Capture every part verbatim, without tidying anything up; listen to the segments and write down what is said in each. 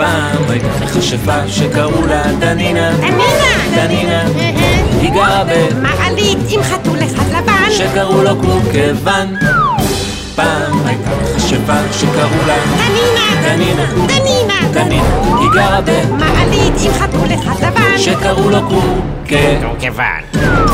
פעם הייתה מכשפה שקראו לה דנינה. דנינה! דנינה! היא גרה במעלית עם חתול אחד לבן שקראו לו קורקוון. פעם הייתה מכשפה שקראו לה דנינה! דנינה! דנינה! דנינה! היא גרה במעלית עם חתול אחד לבן שקראו לו קורקוון.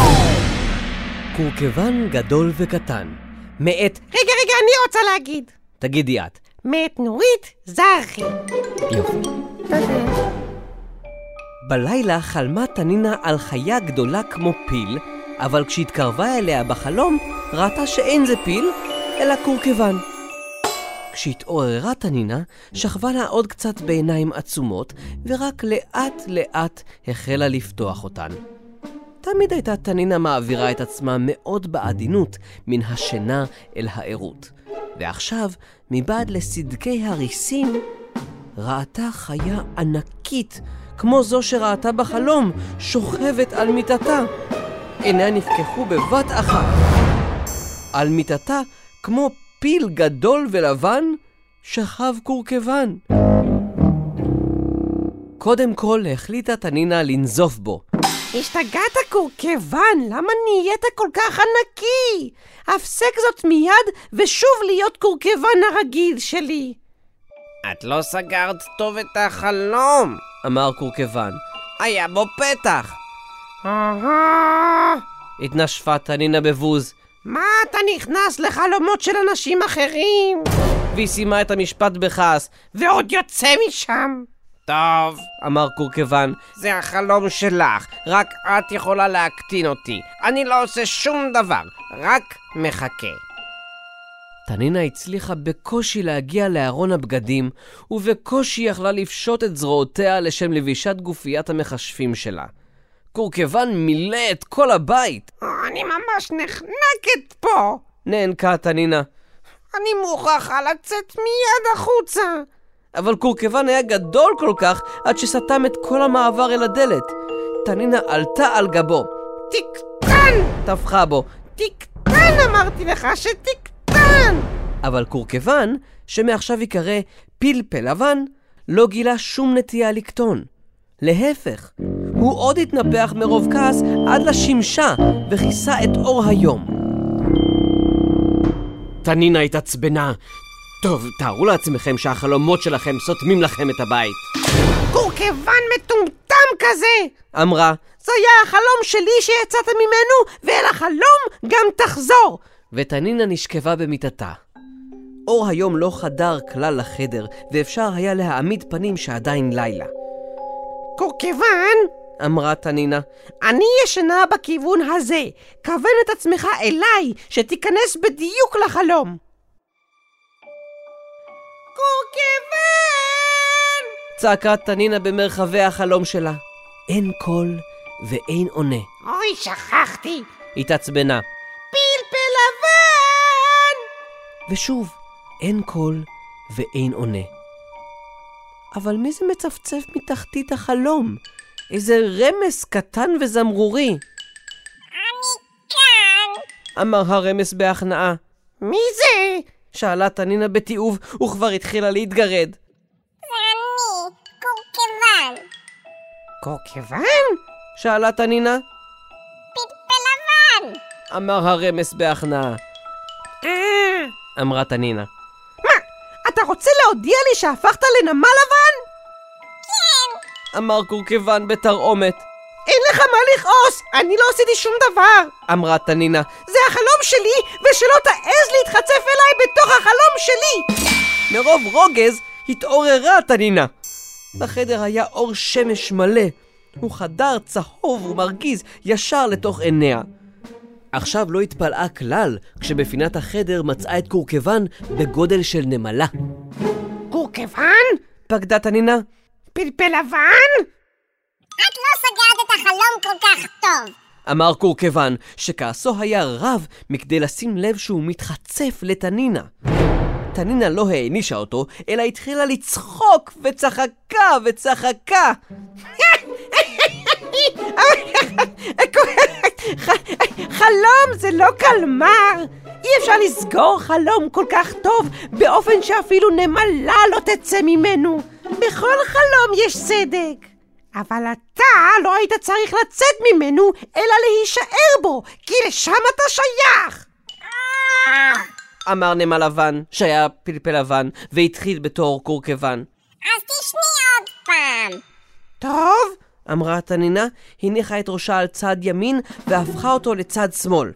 קורקוון גדול וקטן. מאת... רגע, רגע, אני רוצה להגיד. תגידי את. מאת נורית זרחי. יופי. בלילה חלמה תנינה על חיה גדולה כמו פיל, אבל כשהתקרבה אליה בחלום, ראתה שאין זה פיל, אלא קורקוון. כשהתעוררה תנינה, שכבה לה עוד קצת בעיניים עצומות, ורק לאט לאט החלה לפתוח אותן. תמיד הייתה תנינה מעבירה את עצמה מאוד בעדינות מן השינה אל הערות. ועכשיו, מבעד לסדקי הריסים, ראתה חיה ענקית, כמו זו שראתה בחלום, שוכבת על מיטתה. עיניה נפקחו בבת אחת. על מיטתה, כמו פיל גדול ולבן, שכב קורקוון. קודם כל החליטה תנינה לנזוף בו. השתגעת קורקוון, למה נהיית כל כך ענקי? הפסק זאת מיד ושוב להיות קורקוון הרגיל שלי. את לא סגרת טוב את החלום, אמר קורקוון. היה בו פתח. התנשפה תנינה בבוז. מה אתה נכנס לחלומות של אנשים אחרים? והיא סיימה את המשפט בכעס. ועוד יוצא משם. טוב, אמר קורקוון, זה החלום שלך, רק את יכולה להקטין אותי. אני לא עושה שום דבר, רק מחכה. תנינה הצליחה בקושי להגיע לארון הבגדים, ובקושי יכלה לפשוט את זרועותיה לשם לבישת גופיית המכשפים שלה. קורקוון מילא את כל הבית. אני ממש נחנקת פה. נענקה תנינה. אני מוכרחה לצאת מיד החוצה. אבל קורקוון היה גדול כל כך עד שסתם את כל המעבר אל הדלת. תנינה עלתה על גבו. תקטן! טפחה בו. תקטן, אמרתי לך שתקטן! אבל קורקוון, שמעכשיו יקרא פלפל לבן, לא גילה שום נטייה לקטון. להפך, הוא עוד התנפח מרוב כעס עד לשמשה וכיסה את אור היום. תנינה התעצבנה. טוב, תארו לעצמכם שהחלומות שלכם סותמים לכם את הבית. קורקוון מטומטם כזה! אמרה. זה היה החלום שלי שיצאת ממנו, ואל החלום גם תחזור. ותנינה נשכבה במיטתה. אור היום לא חדר כלל לחדר, ואפשר היה להעמיד פנים שעדיין לילה. קורקוון, אמרה תנינה, אני ישנה בכיוון הזה. כוון את עצמך אליי, שתיכנס בדיוק לחלום. קורקוון! צעקה תנינה במרחבי החלום שלה. אין קול ואין עונה. אוי, שכחתי. התעצבנה. פלפל לבן! ושוב, אין קול ואין עונה. אבל מי זה מצפצף מתחתית החלום? איזה רמס קטן וזמרורי. אני כאן! אמר הרמס בהכנעה. מי זה? שאלה תנינה בתיעוב וכבר התחילה להתגרד. זה אני, קורקוון. קורקוון? שאלה תנינה. פלפל לבן! אמר הרמס בהכנעה. אה... אמרה תנינה. מה? אתה רוצה להודיע לי שהפכת לנמל לבן? כן! אמר קורקוון בתרעומת. אין לך מה לכעוס, אני לא עשיתי שום דבר. אמרה תנינה. זה החלום שלי, ושלא תעז להתחצף אליי בתוך החלום שלי. מרוב רוגז התעוררה תנינה. בחדר היה אור שמש מלא. הוא חדר צהוב ומרגיז ישר לתוך עיניה. עכשיו לא התפלאה כלל כשבפינת החדר מצאה את קורקוון בגודל של נמלה. קורקוון? פקדה תנינה. פלפל לבן? את לא סגרת את החלום כל כך טוב. אמר קורקוון שכעסו היה רב מכדי לשים לב שהוא מתחצף לתנינה. תנינה לא הענישה אותו, אלא התחילה לצחוק וצחקה וצחקה. חלום זה לא קלמר. אי אפשר לסגור חלום כל כך טוב באופן שאפילו נמלה לא תצא ממנו. בכל חלום יש צדק. אבל אתה לא היית צריך לצאת ממנו, אלא להישאר בו, כי לשם אתה שייך. אמר נמר לבן, שהיה פלפל לבן, והתחיל בתור קורקוון. אז תשני עוד פעם. טוב, אמרה תנינה, הניחה את ראשה על צד ימין, והפכה אותו לצד שמאל.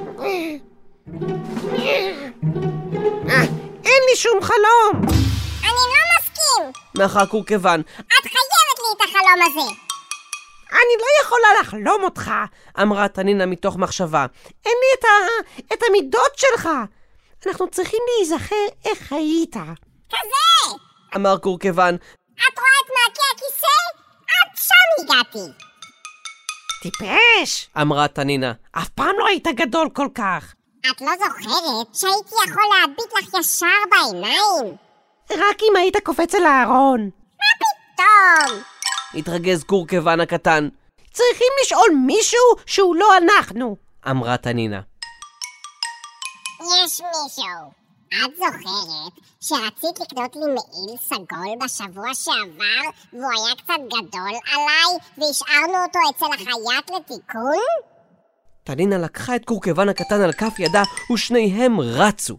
אין לי שום חלום. אני לא מסכים. מאחר קורקוון. את חייבת לי את החלום הזה. אני לא יכולה לחלום אותך. אמרה תנינה מתוך מחשבה. אין לי את, ה... את המידות שלך. אנחנו צריכים להיזכר איך היית. כזה. אמר קורקוון. את רואה את מעקה הכיסא? עד שם הגעתי. טיפש. אמרה תנינה. אף פעם לא היית גדול כל כך. את לא זוכרת שהייתי יכול להביט לך ישר בעיניים? רק אם היית קופץ אל הארון. מה פתאום? התרגז קורקוון הקטן. צריכים לשאול מישהו שהוא לא אנחנו. אמרה תנינה. יש מישהו. את זוכרת שרצית לקנות לי מעיל סגול בשבוע שעבר והוא היה קצת גדול עליי והשארנו אותו אצל החייט לתיקון? תנינה לקחה את קורקוון הקטן על כף ידה ושניהם רצו.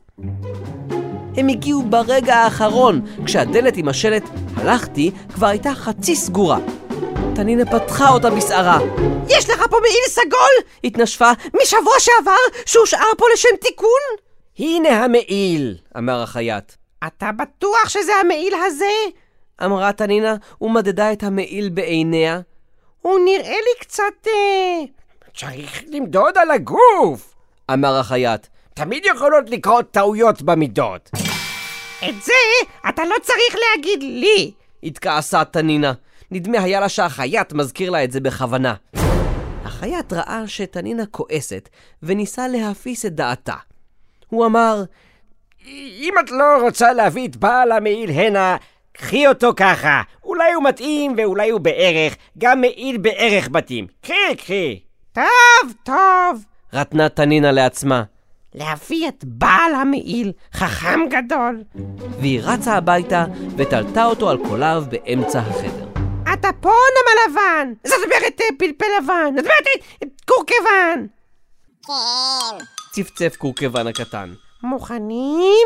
הם הגיעו ברגע האחרון, כשהדלת עם השלט "הלכתי" כבר הייתה חצי סגורה. תנינה פתחה אותה בסערה. יש לך פה מעיל סגול? התנשפה. משבוע שעבר שהושאר פה לשם תיקון? הנה המעיל, אמר החייט. אתה בטוח שזה המעיל הזה? אמרה תנינה ומדדה את המעיל בעיניה. הוא נראה לי קצת... אה... צריך למדוד על הגוף, אמר החייט. תמיד יכולות לקרות טעויות במידות. את זה אתה לא צריך להגיד לי. התכעסה תנינה. נדמה היה לה שהחייט מזכיר לה את זה בכוונה. החייט ראה שתנינה כועסת וניסה להפיס את דעתה. הוא אמר, אם את לא רוצה להביא את בעל המעיל הנה, קחי אותו ככה. אולי הוא מתאים ואולי הוא בערך, גם מעיל בערך מתאים. קחי, קחי. טוב, טוב. רטנה תנינה לעצמה. להביא את בעל המעיל, חכם גדול. והיא רצה הביתה ותלתה אותו על קוליו באמצע החדר. אתה פה נמר לבן. זאת אומרת פלפל לבן. זאת אומרת קורקוון. כן. צפצף קורקוון הקטן. מוכנים?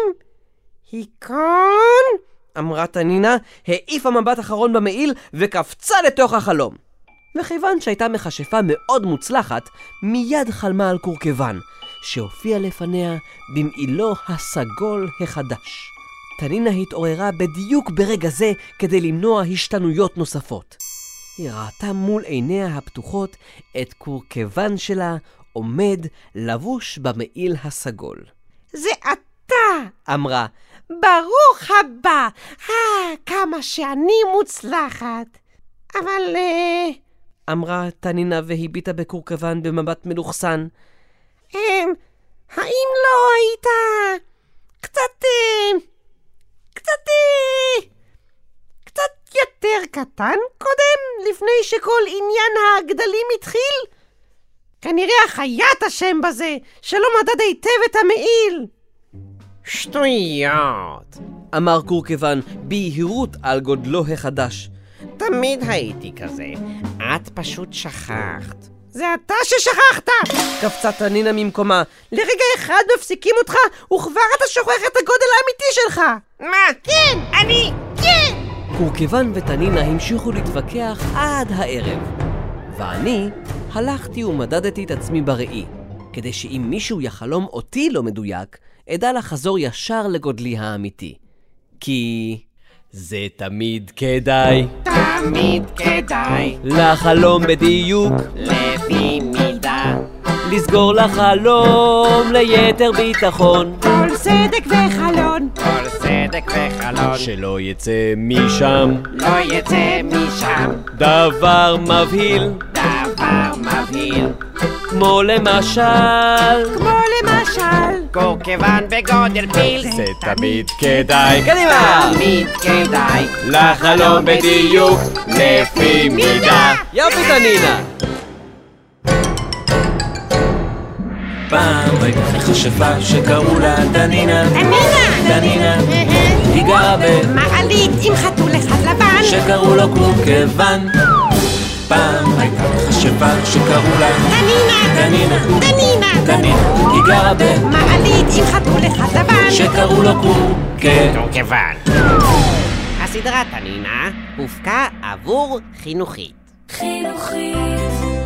היכון? אמרה תנינה, העיפה מבט אחרון במעיל וקפצה לתוך החלום. וכיוון שהייתה מכשפה מאוד מוצלחת, מיד חלמה על קורקוון, שהופיע לפניה במעילו הסגול החדש. תנינה התעוררה בדיוק ברגע זה כדי למנוע השתנויות נוספות. היא ראתה מול עיניה הפתוחות את קורקוון שלה עומד לבוש במעיל הסגול. זה אתה! אמרה. ברוך הבא! אה, כמה שאני מוצלחת. אבל... אה... אמרה תנינה והביטה בקורקוון במבט מלוכסן. הם... האם לא היית... קצת... אה... קצת... אה... קצת יותר קטן קודם? לפני שכל עניין הגדלים התחיל? כנראה החייט אשם בזה, שלא מדד היטב את המעיל. שטויות. אמר קורקוון ביהירות על גודלו החדש. תמיד הייתי כזה. את פשוט שכחת. זה אתה ששכחת! קפצה תנינה ממקומה. לרגע אחד מפסיקים אותך, וכבר אתה שוכח את הגודל האמיתי שלך. מה? כן, אני, כן! קורקוון ותנינה המשיכו להתווכח עד הערב. ואני הלכתי ומדדתי את עצמי בראי, כדי שאם מישהו יחלום אותי לא מדויק, אדע לחזור ישר לגודלי האמיתי. כי זה תמיד כדאי, תמיד כדאי, לחלום בדיוק, לפי מידה, לסגור לחלום ליתר ביטחון, כל צדק וחלון, כל צדק וחלון, שלא יצא משם, לא יצא משם, דבר מבהיל, דבר מבהיל, כמו למשל, כמו למשל, קורקוון בגודל פיל, זה תמיד כדאי. קדימה! תמיד כדאי, לחלום בדיוק, לפי מידה. יופי תנינה! פעם הייתה מכשפה שקראו לה דנינה. דנינה! דנינה. היא גרה ב... מעלית עם חתול אחד לבן, שקראו לו קורקוון. פעם הייתה מכשפה שקראו לה תנינה, תנינה, תנינה, תנינה, היא גרה מעלית עם חתול אחד לבן שקראו לו קורקוון. קורקוון. הסדרה תנינה הופקה עבור חינוכית. חינוכית